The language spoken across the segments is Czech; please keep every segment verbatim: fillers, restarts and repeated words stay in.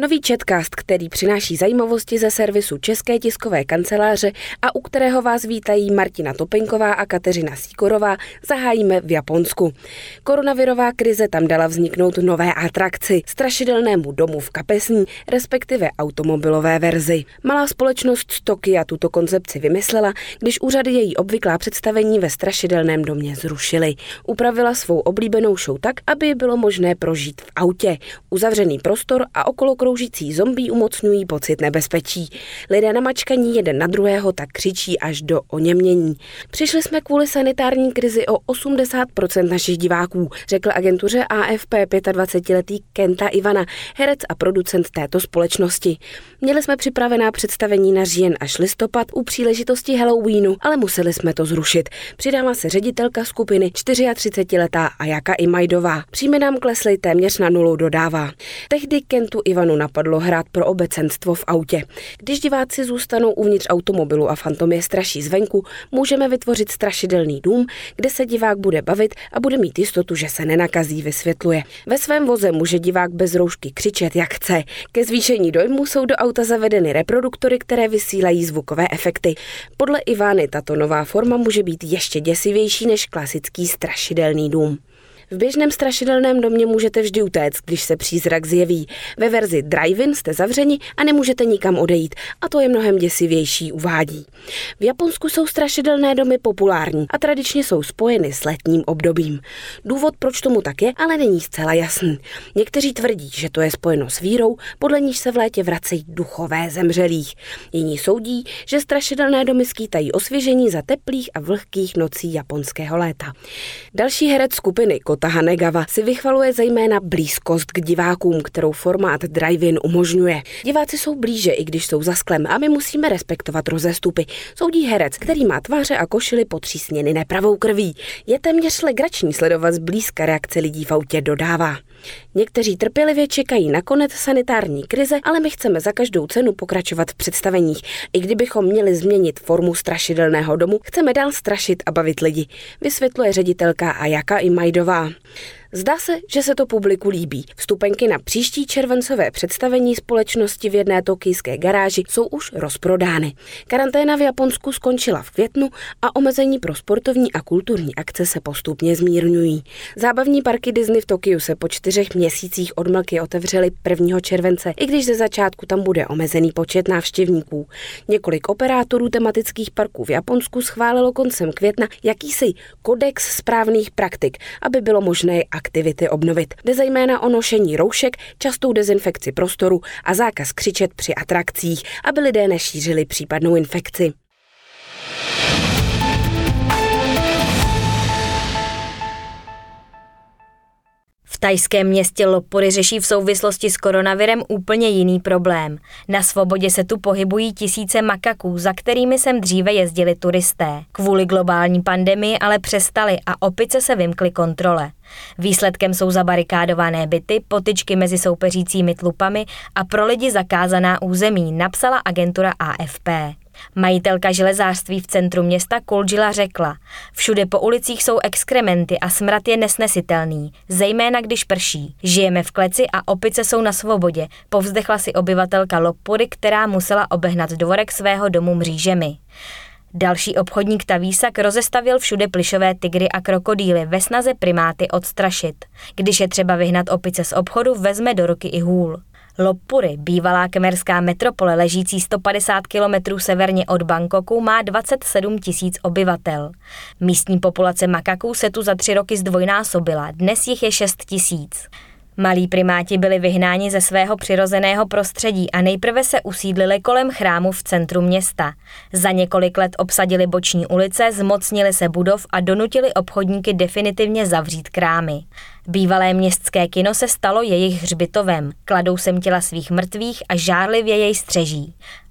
Nový Chatcast, který přináší zajímavosti ze servisu České tiskové kanceláře a u kterého vás vítají Martina Topenková a Kateřina Sýkorová, zahájíme v Japonsku. Koronavirová krize tam dala vzniknout nové atrakci, strašidelnému domu v kapesní, respektive automobilové verzi. Malá společnost z Tokia tuto koncepci vymyslela, když úřady její obvyklá představení ve strašidelném domě zrušily. Upravila svou oblíbenou show tak, aby bylo možné prožít v autě. Uzavřený prostor a okolo kroužící zombí umocňují pocit nebezpečí. Lidé namačkaní jeden na druhého tak křičí až do oněmění. Přišli jsme kvůli sanitární krizi o osmdesát procent našich diváků, řekl agentuře A F P dvacetiletý Kenta Iwata, herec a producent této společnosti. Měli jsme připravená představení na říjen až listopad u příležitosti Halloweenu, ale museli jsme to zrušit. Přidává se ředitelka skupiny třicetičtyřletá Ayaka Imaidová. Příjmy nám klesly téměř na nulu, dodává. Tehdy Kentu Iwatu napadlo hrát pro obecenstvo v autě. Když diváci zůstanou uvnitř automobilu a fantom je straší zvenku, můžeme vytvořit strašidelný dům, kde se divák bude bavit a bude mít jistotu, že se nenakazí, vysvětluje. Ve svém voze může divák bez roušky křičet, jak chce. Ke zvýšení dojmu jsou do auta zavedeny reproduktory, které vysílají zvukové efekty. Podle Iwany tato nová forma může být ještě děsivější než klasický strašidelný dům. V běžném strašidelném domě můžete vždy utéct, když se přízrak zjeví. Ve verzi Drive-in jste zavřeni a nemůžete nikam odejít, a to je mnohem děsivější, uvádí. V Japonsku jsou strašidelné domy populární a tradičně jsou spojeny s letním obdobím. Důvod, proč tomu tak je, ale není zcela jasný. Někteří tvrdí, že to je spojeno s vírou, podle níž se v létě vracejí duchové zemřelých. Jiní soudí, že strašidelné domy skýtají osvěžení za teplých a vlhkých nocí japonského léta. Další herec skupiny Kota Hanegawa si vychvaluje zejména blízkost k divákům, kterou formát Drive-in umožňuje. Diváci jsou blíže, i když jsou za sklem, a my musíme respektovat rozestupy, soudí herec, který má tváře a košily potřísněny nepravou krví. Je téměř legrační sledovat zblízka reakce lidí v autě, dodává. Někteří trpělivě čekají na konec sanitární krize, ale my chceme za každou cenu pokračovat v představeních. I kdybychom měli změnit formu strašidelného domu, chceme dál strašit a bavit lidi, vysvětluje ředitelka Ayaka Imaidová. Zdá se, že se to publiku líbí. Vstupenky na příští červencové představení společnosti v jedné tokijské garáži jsou už rozprodány. Karanténa v Japonsku skončila v květnu a omezení pro sportovní a kulturní akce se postupně zmírňují. Zábavní parky Disney v Tokiu se po čtyřech měsících odmlky otevřely prvního července, i když ze začátku tam bude omezený počet návštěvníků. Několik operátorů tematických parků v Japonsku schválilo koncem května jakýsi kodex správných praktik, aby bylo možné aktivity obnovit. Jde zejména o nošení roušek, častou dezinfekci prostoru a zákaz křičet při atrakcích, aby lidé nešířili případnou infekci. V thajském městě Lopburi řeší v souvislosti s koronavirem úplně jiný problém. Na svobodě se tu pohybují tisíce makaků, za kterými sem dříve jezdili turisté. Kvůli globální pandemii ale přestali a opice se vymkly kontrole. Výsledkem jsou zabarikádované byty, potyčky mezi soupeřícími tlupami a pro lidi zakázaná území, napsala agentura A F P. Majitelka železářství v centru města Kuljila řekla: všude po ulicích jsou exkrementy a smrad je nesnesitelný, zejména když prší. Žijeme v kleci a opice jsou na svobodě, povzdechla si obyvatelka Lopbury, která musela obehnat dvorek svého domu mřížemi. Další obchodník Tavísak rozestavil všude plyšové tygry a krokodýly ve snaze primáty odstrašit. Když je třeba vyhnat opice z obchodu, vezme do ruky i hůl. Lopburi, bývalá kmerská metropole ležící sto padesát kilometrů severně od Bangkoku, má dvacet sedm tisíc obyvatel. Místní populace makaků se tu za tři roky zdvojnásobila, dnes jich je šest tisíc. Malí primáti byli vyhnáni ze svého přirozeného prostředí a nejprve se usídlili kolem chrámu v centru města. Za několik let obsadili boční ulice, zmocnili se budov a donutili obchodníky definitivně zavřít krámy. Bývalé městské kino se stalo jejich hřbitovem, kladou sem těla svých mrtvých a žárlivě jej střeží.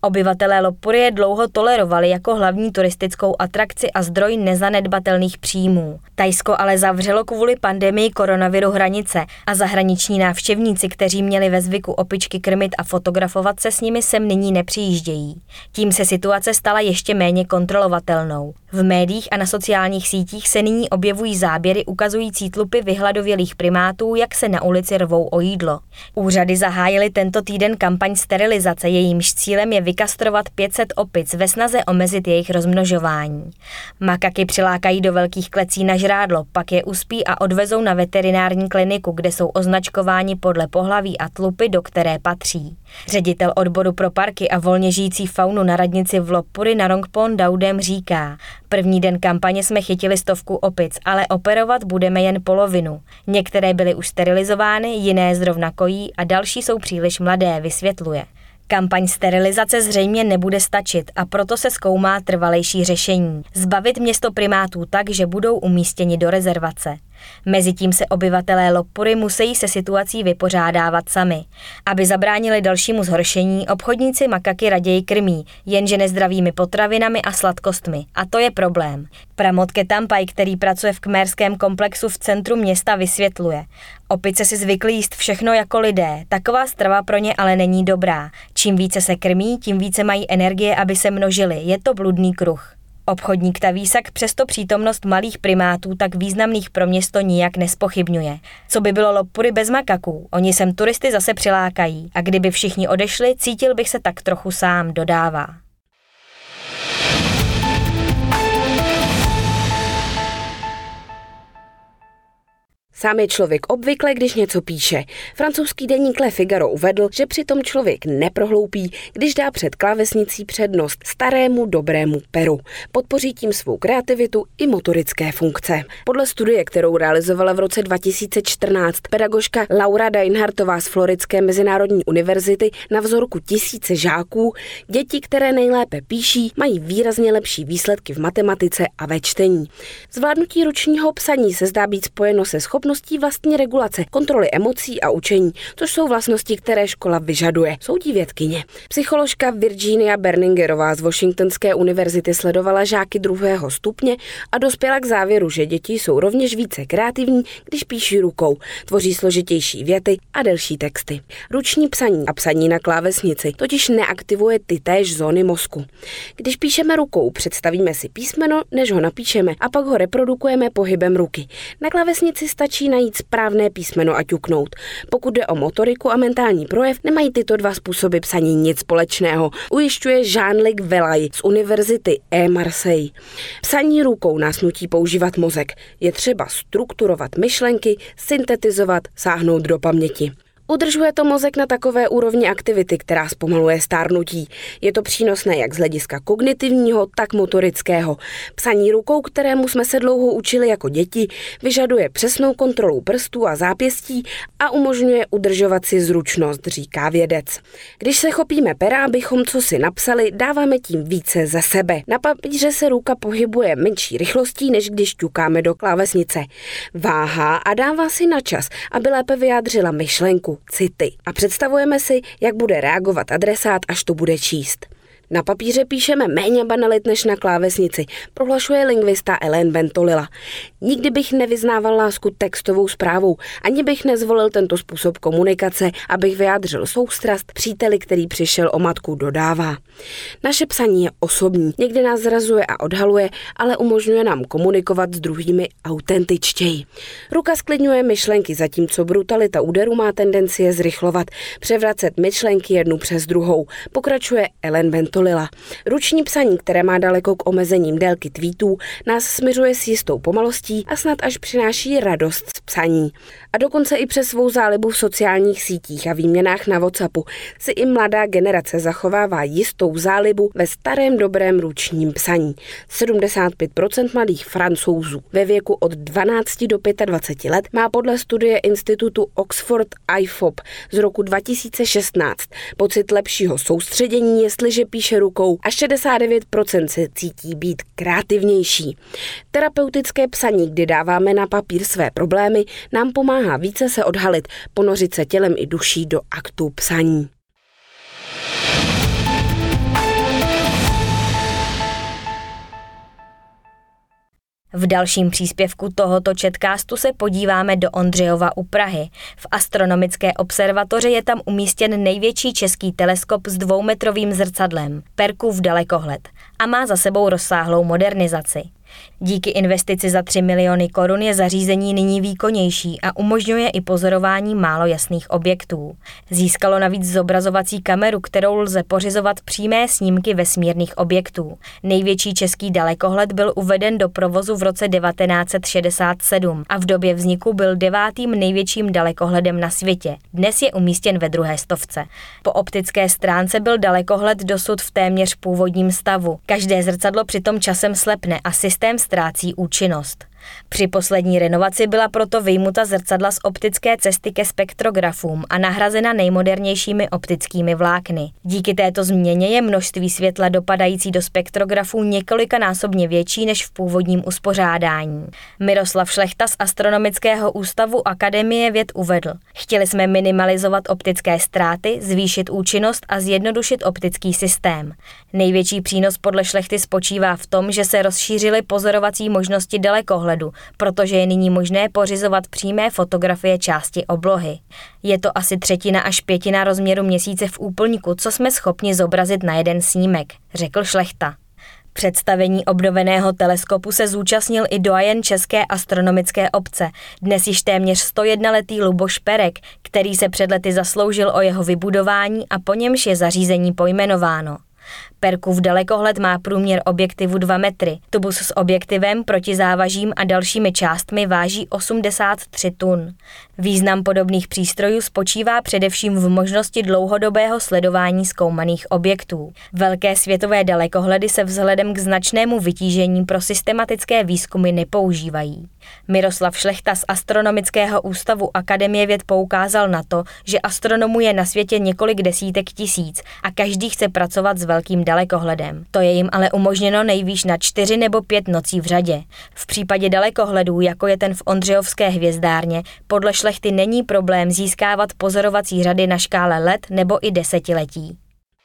Obyvatelé Lopbury dlouho tolerovali jako hlavní turistickou atrakci a zdroj nezanedbatelných příjmů. Thajsko ale zavřelo kvůli pandemii koronaviru hranice a zahraniční návštěvníci, kteří měli ve zvyku opičky krmit a fotografovat se s nimi, sem nyní nepřijíždějí. Tím se situace stala ještě méně kontrolovatelnou. V médiích a na sociálních sítích se nyní objevují záběry ukazující tlupy vyhladovělých primátů, jak se na ulici rvou o jídlo. Úřady zahájily tento týden kampaň sterilizace, jejímž cílem je vykastrovat pět set opic ve snaze omezit jejich rozmnožování. Makaky přilákají do velkých klecí na žrádlo, pak je uspí a odvezou na veterinární kliniku, kde jsou označkováni podle pohlaví a tlupy, do které patří. Ředitel odboru pro parky a volně žijící faunu na radnici v Lopbury Narongpon Daudem říká: První den kampaně jsme chytili stovku opic, ale operovat budeme jen polovinu. Některé byly už sterilizovány, jiné zrovna kojí a další jsou příliš mladé, vysvětluje. Kampaň sterilizace zřejmě nebude stačit a proto se zkoumá trvalejší řešení. Zbavit město primátů tak, že budou umístěni do rezervace. Mezitím se obyvatelé Lopbury musí se situací vypořádávat sami. Aby zabránili dalšímu zhoršení, obchodníci makaky raději krmí, jenže nezdravými potravinami a sladkostmi. A to je problém. Pramod Ketampai, který pracuje v kmérském komplexu v centru města, vysvětluje: Opice si zvykly jíst všechno jako lidé, taková strava pro ně ale není dobrá. Čím více se krmí, tím více mají energie, aby se množili. Je to bludný kruh. Obchodník Tavísak přesto přítomnost malých primátů tak významných pro město nijak nespochybňuje. Co by bylo Lopbury bez makaků? Oni sem turisty zase přilákají a kdyby všichni odešli, cítil bych se tak trochu sám, dodává. Sám je člověk obvykle, když něco píše. Francouzský deník Le Figaro uvedl, že přitom člověk neprohloupí, když dá před klávesnicí přednost starému dobrému peru. Podpoří tím svou kreativitu i motorické funkce. Podle studie, kterou realizovala v roce dva tisíce čtrnáct pedagožka Laura Deinhartová z Floridské mezinárodní univerzity na vzorku tisíce žáků, děti, které nejlépe píší, mají výrazně lepší výsledky v matematice a ve čtení. Zvládnutí ručního psaní se zdá být spojeno se schopností vlastní regulace, kontroly emocí a učení, což jsou vlastnosti, které škola vyžaduje, soudí vědkyně. Psycholožka Virginia Berningerová z Washingtonské univerzity sledovala žáky druhého stupně a dospěla k závěru, že děti jsou rovněž více kreativní, když píší rukou, tvoří složitější věty a delší texty. Ruční psaní a psaní na klávesnici totiž neaktivuje ty též zóny mozku. Když píšeme rukou, představíme si písmeno, než ho napíšeme a pak ho reprodukujeme pohybem ruky. Na klávesnici stačí najít správné písmeno a ťuknout. Pokud jde o motoriku a mentální projev, nemají tyto dva způsoby psaní nic společného, ujišťuje Jean-Luc Velay z univerzity E. Marseille. Psaní rukou nás nutí používat mozek. Je třeba strukturovat myšlenky, syntetizovat, sáhnout do paměti. Udržuje to mozek na takové úrovni aktivity, která zpomaluje stárnutí. Je to přínosné jak z hlediska kognitivního, tak motorického. Psaní rukou, kterému jsme se dlouho učili jako děti, vyžaduje přesnou kontrolu prstů a zápěstí a umožňuje udržovat si zručnost, říká vědec. Když se chopíme pera, abychom co si napsali, dáváme tím více ze sebe. Na papíře se ruka pohybuje menší rychlostí, než když ťukáme do klávesnice. Váhá a dává si na čas, aby lépe vyjádřila myšlenku, city. A představujeme si, jak bude reagovat adresát, až to bude číst. Na papíře píšeme méně banalit než na klávesnici, prohlašuje lingvista Ellen Bentolila. Nikdy bych nevyznával lásku textovou zprávou, ani bych nezvolil tento způsob komunikace, abych vyjádřil soustrast příteli, který přišel o matku, dodává. Naše psaní je osobní, někdy nás zrazuje a odhaluje, ale umožňuje nám komunikovat s druhými autentičtěji. Ruka sklidňuje myšlenky, zatímco brutalita úderu má tendenci je zrychlovat, převracet myšlenky jednu přes druhou, pokračuje Ellen Bentolila. Ruční psaní, které má daleko k omezením délky tweetů, nás smiřuje s jistou pomalostí a snad až přináší radost z psaní. A dokonce i přes svou zálibu v sociálních sítích a výměnách na WhatsAppu si i mladá generace zachovává jistou zálibu ve starém dobrém ručním psaní. sedmdesát pět procent mladých Francouzů ve věku od dvanácti do dvaceti pěti let má podle studie institutu Oxford I F O P z roku dva tisíce šestnáct pocit lepšího soustředění, jestliže píše rukou, a šedesát devět procent se cítí být kreativnější. Terapeutické psaní, kdy dáváme na papír své problémy, nám pomáhá více se odhalit, ponořit se tělem i duší do aktu psaní. V dalším příspěvku tohoto četcastu se podíváme do Ondřejova u Prahy. V astronomické observatoři je tam umístěn největší český teleskop s dvoumetrovým zrcadlem, Perkův dalekohled, a má za sebou rozsáhlou modernizaci. Díky investici za tři miliony korun je zařízení nyní výkonnější a umožňuje i pozorování málo jasných objektů. Získalo navíc zobrazovací kameru, kterou lze pořizovat přímé snímky vesmírných objektů. Největší český dalekohled byl uveden do provozu v roce devatenáct set šedesát sedm a v době vzniku byl devátým největším dalekohledem na světě. Dnes je umístěn ve druhé stovce. Po optické stránce byl dalekohled dosud v téměř původním stavu. Každé zrcadlo přitom časem slepne a systém ztrácí účinnost. Při poslední renovaci byla proto vyjmuta zrcadla z optické cesty ke spektrografům a nahrazena nejmodernějšími optickými vlákny. Díky této změně je množství světla dopadající do spektrografů několikanásobně větší než v původním uspořádání. Miroslav Šlechta z Astronomického ústavu Akademie věd uvedl: Chtěli jsme minimalizovat optické ztráty, zvýšit účinnost a zjednodušit optický systém. Největší přínos podle Šlechty spočívá v tom, že se rozšířily pozorovací možnosti dalekohledu, protože je nyní možné pořizovat přímé fotografie části oblohy. Je to asi třetina až pětina rozměru měsíce v úplňku, co jsme schopni zobrazit na jeden snímek, řekl Šlechta. Představení obnoveného teleskopu se zúčastnil i doyen České astronomické obce, dnes již téměř stojednaletý Luboš Perek, který se před lety zasloužil o jeho vybudování a po němž je zařízení pojmenováno. Perkův dalekohled má průměr objektivu dva metry. Tubus s objektivem, protizávažím a dalšími částmi váží osmdesát tři tun. Význam podobných přístrojů spočívá především v možnosti dlouhodobého sledování zkoumaných objektů. Velké světové dalekohledy se vzhledem k značnému vytížení pro systematické výzkumy nepoužívají. Miroslav Šlechta z Astronomického ústavu Akademie věd poukázal na to, že astronomů je na světě několik desítek tisíc a každý chce pracovat s velkým dalekohledem. To je jim ale umožněno nejvýš na čtyři nebo pět nocí v řadě. V případě dalekohledů, jako je ten v Ondřejovské hvězdárně, podle Šlechty není problém získávat pozorovací řady na škále let nebo i desetiletí.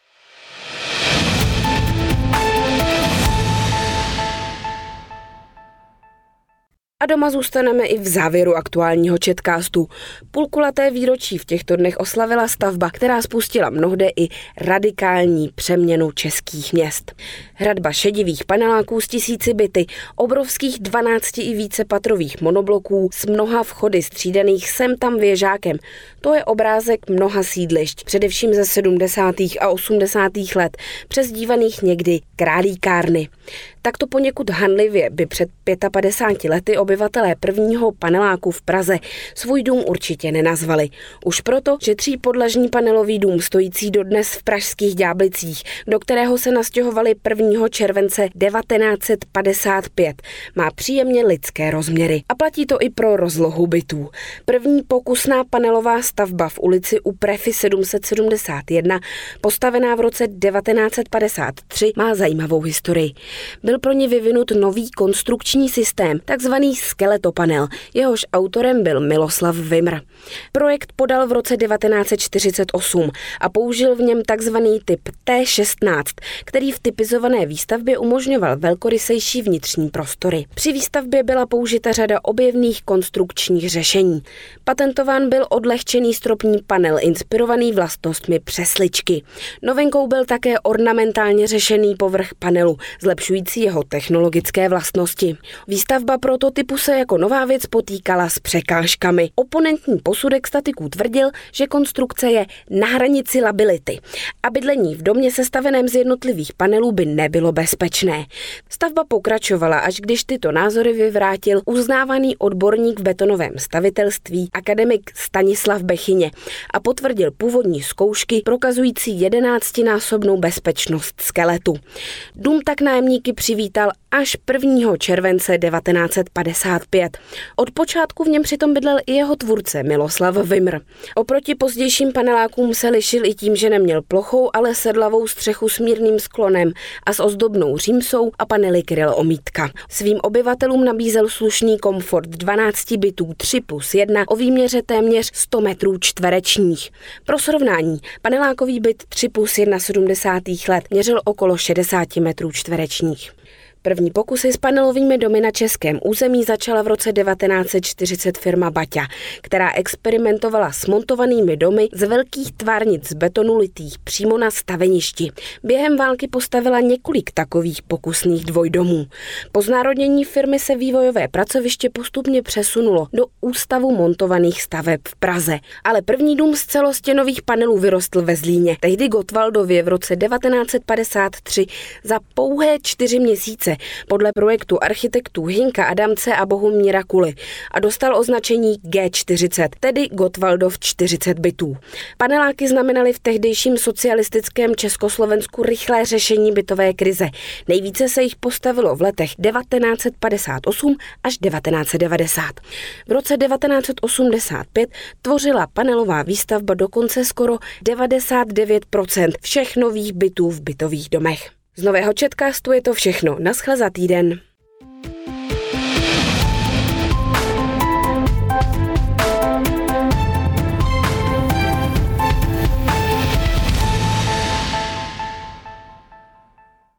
A doma zůstaneme i v závěru aktuálního četcastu. Půlkulaté výročí v těchto dnech oslavila stavba, která spustila mnohde i radikální přeměnu českých měst. Hradba šedivých paneláků s tisíci byty, obrovských dvanácti i více patrových monobloků s mnoha vchody střídaných sem tam věžákem. To je obrázek mnoha sídlišť, především ze sedmdesátých a osmdesátých let, přezdívaných někdy králíkárny. Takto poněkud hanlivě by před padesátimi pěti lety obyvatelé prvního paneláku v Praze svůj dům určitě nenazvali. Už proto, že třípodlažní panelový dům stojící dodnes v pražských Ďáblicích, do kterého se nastěhovali prvního července devatenáct set padesát pět, má příjemně lidské rozměry. A platí to i pro rozlohu bytů. První pokusná panelová stavba v ulici u Prefy sedm set sedmdesát jedna, postavená v roce devatenáct set padesát tři, má zajímavou historii. Byl pro ně vyvinut nový konstrukční systém, takzvaný skeletopanel, jehož autorem byl Miloslav Vimr. Projekt podal v roce devatenáct set čtyřicet osm a použil v něm takzvaný typ T šestnáct, který v typizované výstavbě umožňoval velkorysejší vnitřní prostory. Při výstavbě byla použita řada objevných konstrukčních řešení. Patentován byl odlehčený stropní panel inspirovaný vlastnostmi přesličky. Novinkou byl také ornamentálně řešený povrch panelu, zlepšující jeho technologické vlastnosti. Výstavba prototypu se jako nová věc potýkala s překážkami. Oponentní posudek statiků tvrdil, že konstrukce je na hranici lability a bydlení v domě sestaveném z jednotlivých panelů by nebylo bezpečné. Stavba pokračovala, až když tyto názory vyvrátil uznávaný odborník v betonovém stavitelství akademik Stanislav Bechyně a potvrdil původní zkoušky prokazující jedenáctinásobnou bezpečnost skeletu. Dům tak nájemníky přivítal až prvního července devatenáct set padesát pět. Od počátku v něm přitom bydlel i jeho tvůrce Miloslav Vimr. Oproti pozdějším panelákům se lišil i tím, že neměl plochou, ale sedlavou střechu s mírným sklonem a s ozdobnou římsou a panely kryl omítka. Svým obyvatelům nabízel slušný komfort dvanácti bytů tři plus jedna o výměře téměř sto metrů čtverečních. Pro srovnání, panelákový byt tři plus jedna sedmdesátých let měřil okolo šedesát metrů čtverečních. První pokusy s panelovými domy na českém území začala v roce devatenáct set čtyřicet firma Baťa, která experimentovala s montovanými domy z velkých tvárnic z betonu litých přímo na staveništi. Během války postavila několik takových pokusných dvojdomů. Po znárodnění firmy se vývojové pracoviště postupně přesunulo do Ústavu montovaných staveb v Praze. Ale první dům z celostěnových panelů vyrostl ve Zlíně, tehdy Gottwaldově v roce devatenáct set padesát tři za pouhé čtyři měsíce podle projektu architektů Hynka Adamce a Bohumíra Kuly a dostal označení G čtyřicet, tedy Gottwaldov čtyřicet bytů. Paneláky znamenaly v tehdejším socialistickém Československu rychlé řešení bytové krize. Nejvíce se jich postavilo v letech devatenáct set padesát osm až devatenáct set devadesát. V roce devatenáct set osmdesát pět tvořila panelová výstavba dokonce skoro devadesát devět procent všech nových bytů v bytových domech. Z Nového Četcastu je to všechno. Naschle za týden.